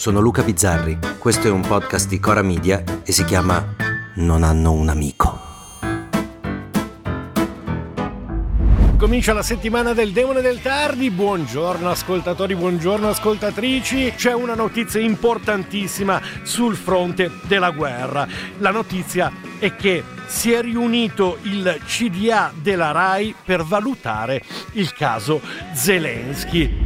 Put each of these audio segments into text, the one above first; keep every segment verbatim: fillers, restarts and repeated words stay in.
sono Luca Bizzarri, questo è un podcast di Cora Media e si chiama Non hanno un amico. Comincia la settimana del Demone del Tardi. Buongiorno ascoltatori, buongiorno ascoltatrici. C'è una notizia importantissima sul fronte della guerra. La notizia è che si è riunito il C D A della RAI per valutare il caso Zelensky.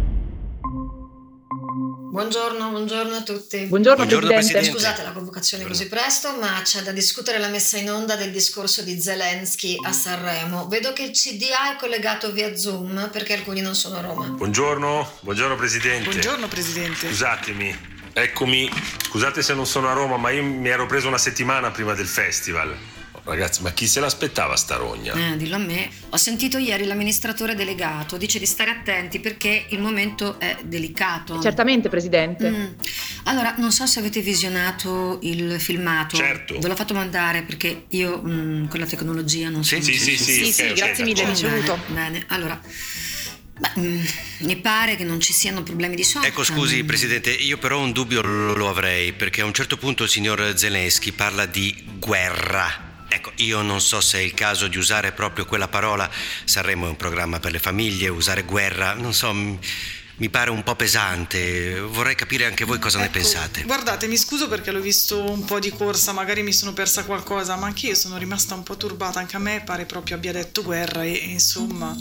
Buongiorno, buongiorno a tutti. Buongiorno, Buongiorno Presidente. Presidente. Scusate la convocazione così presto, ma c'è da discutere la messa in onda del discorso di Zelensky a Sanremo. Vedo che il C D A è collegato via Zoom perché alcuni non sono a Roma. Buongiorno, buongiorno Presidente. Buongiorno Presidente. Scusatemi, eccomi. Scusate se non sono a Roma, ma io mi ero preso una settimana prima del festival. Ragazzi, ma chi se l'aspettava sta rogna? Eh, dillo a me. Ho sentito ieri l'amministratore delegato, dice di stare attenti perché il momento è delicato. Certamente, Presidente. Mm. Allora, non so se avete visionato il filmato. Certo. Ve l'ho fatto mandare perché io mh, con la tecnologia non Sì, sono... sì, sì, sì. Sì, ok, sì, ok, grazie mille, d'accordo. ricevuto. Bene, bene. Allora, beh, mh, mi pare che non ci siano problemi di software. Ecco, scusi Presidente, io però un dubbio lo, lo avrei, perché a un certo punto il signor Zelensky parla di guerra. Ecco, io non so se è il caso di usare proprio quella parola. Sanremo è un programma per le famiglie, usare guerra, non so, mi, mi pare un po' pesante. Vorrei capire anche voi cosa ne Ecco, pensate. Guardate, mi scuso perché l'ho visto un po' di corsa, magari mi sono persa qualcosa, ma anche io sono rimasta un po' turbata, anche a me pare proprio abbia detto guerra e, e insomma...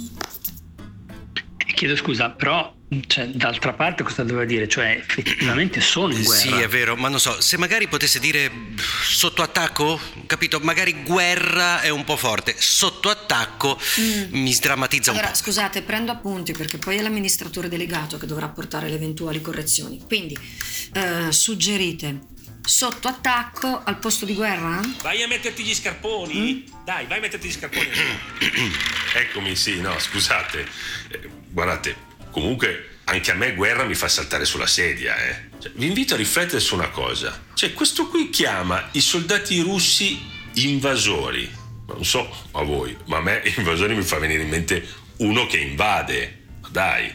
Chiedo scusa, però cioè, d'altra parte cosa doveva dire? Cioè effettivamente sono in guerra. Sì, è vero, ma non so, se magari potesse dire sotto attacco, capito? Magari guerra è un po' forte, sotto attacco Mm. mi sdrammatizza un Allora, po'. scusate, prendo appunti perché poi è l'amministratore delegato che dovrà portare le eventuali correzioni. Quindi, eh, suggerite sotto attacco al posto di guerra? Vai a metterti gli scarponi? Mm? Dai, vai a metterti gli scarponi. Eccomi, sì, no, scusate. Eh, guardate, comunque anche a me guerra mi fa saltare sulla sedia, eh. Cioè, vi invito a riflettere su una cosa. Cioè, questo qui chiama i soldati russi invasori. Non so a voi, ma a me invasori mi fa venire in mente uno che invade. Ma dai.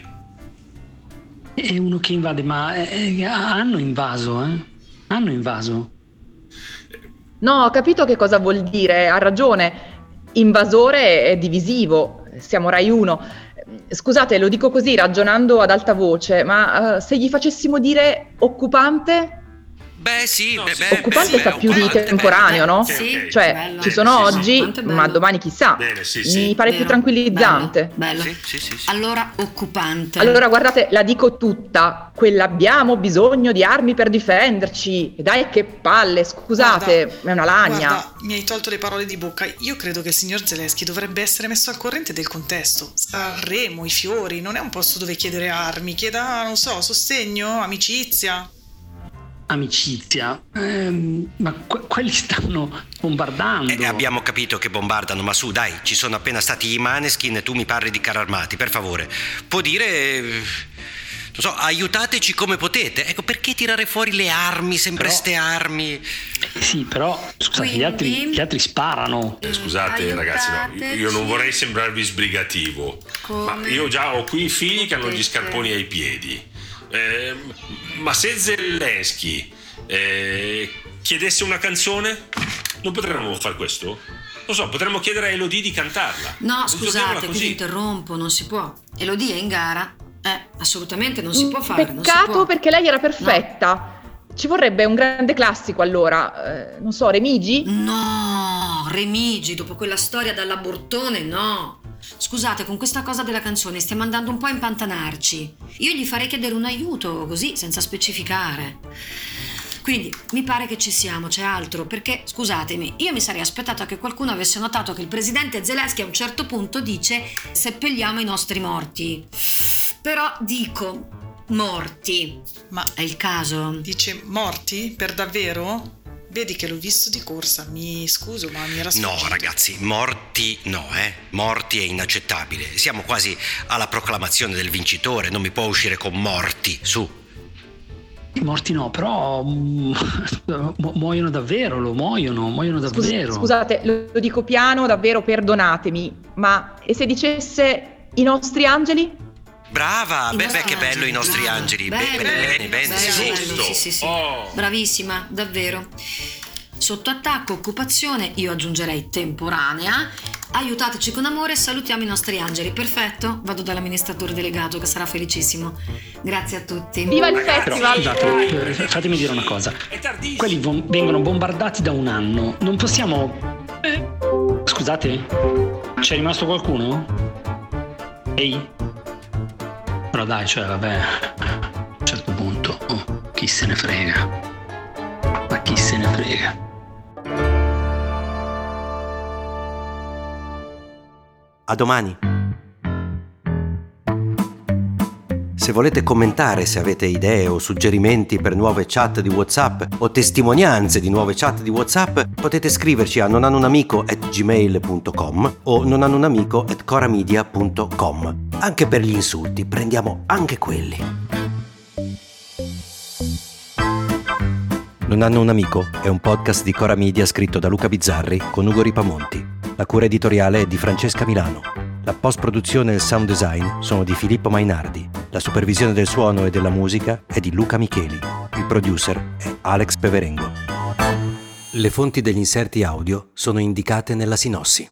È uno che invade, ma eh, hanno invaso, eh? Hanno invaso. No, ho capito che cosa vuol dire, ha ragione. Invasore è divisivo, siamo Rai uno. Scusate, lo dico così ragionando ad alta voce, ma uh, se gli facessimo dire occupante? Beh sì, No, beh, sì. beh, Occupante beh, fa beh, più di occupante, temporaneo, no? Ok, Sì, ok. Cioè, bello. ci sono Bene, sì, oggi, Quanto è bello. ma domani chissà. Bene, sì, sì. Mi pare più Vero? tranquillizzante. Bello, bello. Sì, sì, sì, sì. Allora, occupante. Allora, guardate, la dico tutta, quella abbiamo bisogno di armi per difenderci. E dai che palle, scusate, Guarda, è una lagna. Guarda, mi hai tolto le parole di bocca. Io credo che il signor Zelensky dovrebbe essere messo al corrente del contesto. Sanremo, i fiori, non è un posto dove chiedere armi. Chieda, non so, sostegno, amicizia. Amicizia. Ehm, ma que- quelli stanno bombardando. Eh, abbiamo capito che bombardano, ma su, dai, ci sono appena stati i Maneskin e tu mi parli di carri armati, per favore. Può dire, eh, non so, aiutateci come potete. Ecco, perché tirare fuori le armi, sempre Però- ste armi? Eh, sì, però scusate, gli altri, Quindi? gli altri sparano. Eh, Scusate ragazzi, no, io non vorrei sembrarvi sbrigativo, Come ma io già ho qui i figli che hanno gli potete? scarponi ai piedi. Eh, ma se Zelensky eh, chiedesse una canzone, non potremmo fare questo? Non so, potremmo chiedere a Elodie di cantarla. No, Risolviamola scusate che così. vi interrompo, non si può. Elodie è in gara? Eh, assolutamente non si può fare. non si Peccato può. perché lei era perfetta. Ci vorrebbe un grande classico allora, eh, non so, Remigi? No, Remigi, dopo quella storia dall'abortone, no. Scusate, con questa cosa della canzone stiamo andando un po' a impantanarci. Io gli farei chiedere un aiuto, così, senza specificare. Quindi, mi pare che ci siamo, c'è altro, perché, scusatemi, io mi sarei aspettata che qualcuno avesse notato che il presidente Zelensky a un certo punto dice seppelliamo i nostri morti. Però dico morti. Ma È il caso? dice morti? Per davvero? Vedi che l'ho visto di corsa, mi scuso ma mi era No, sfuggito. ragazzi, morti no, eh. Morti è inaccettabile. Siamo quasi alla proclamazione del vincitore, non mi può uscire con morti, su. I morti no, però mm, mu- muoiono davvero, lo muoiono, muoiono Scus- davvero. scusate, lo, lo dico piano, davvero perdonatemi, ma e se dicesse i nostri angeli? Brava, I beh, nostri beh, che bello angeli, i nostri brava. angeli. Bello, Bene, bene, bene, bello, sì, sì. bello, sì, sì, sì. Oh. Bravissima, davvero. Sotto attacco, occupazione, io aggiungerei temporanea. Aiutateci con amore e salutiamo i nostri angeli. Perfetto? Vado dall'amministratore delegato che sarà felicissimo. Grazie a tutti. Viva il Ragazzi, Però, festival! scusate, eh, fatemi dire una cosa. È tardissimo. Quelli vo- vengono bombardati da un anno. Non possiamo... Eh, scusate? C'è rimasto qualcuno? Ehi? Però dai, cioè, vabbè. A un certo punto, oh, chi se ne frega? Ma chi se ne frega? A domani. Se volete commentare, se avete idee o suggerimenti per nuove chat di WhatsApp o testimonianze di nuove chat di WhatsApp, potete scriverci a nonhanunamico at gmail punto com o nonhanunamico at coramedia punto com. Anche per gli insulti, prendiamo anche quelli. Non hanno un amico è un podcast di Cora Media scritto da Luca Bizzarri con Ugo Ripamonti. La cura editoriale è di Francesca Milano. La post-produzione e il sound design sono di Filippo Mainardi. La supervisione del suono e della musica è di Luca Micheli. Il producer è Alex Peverengo. Le fonti degli inserti audio sono indicate nella sinossi.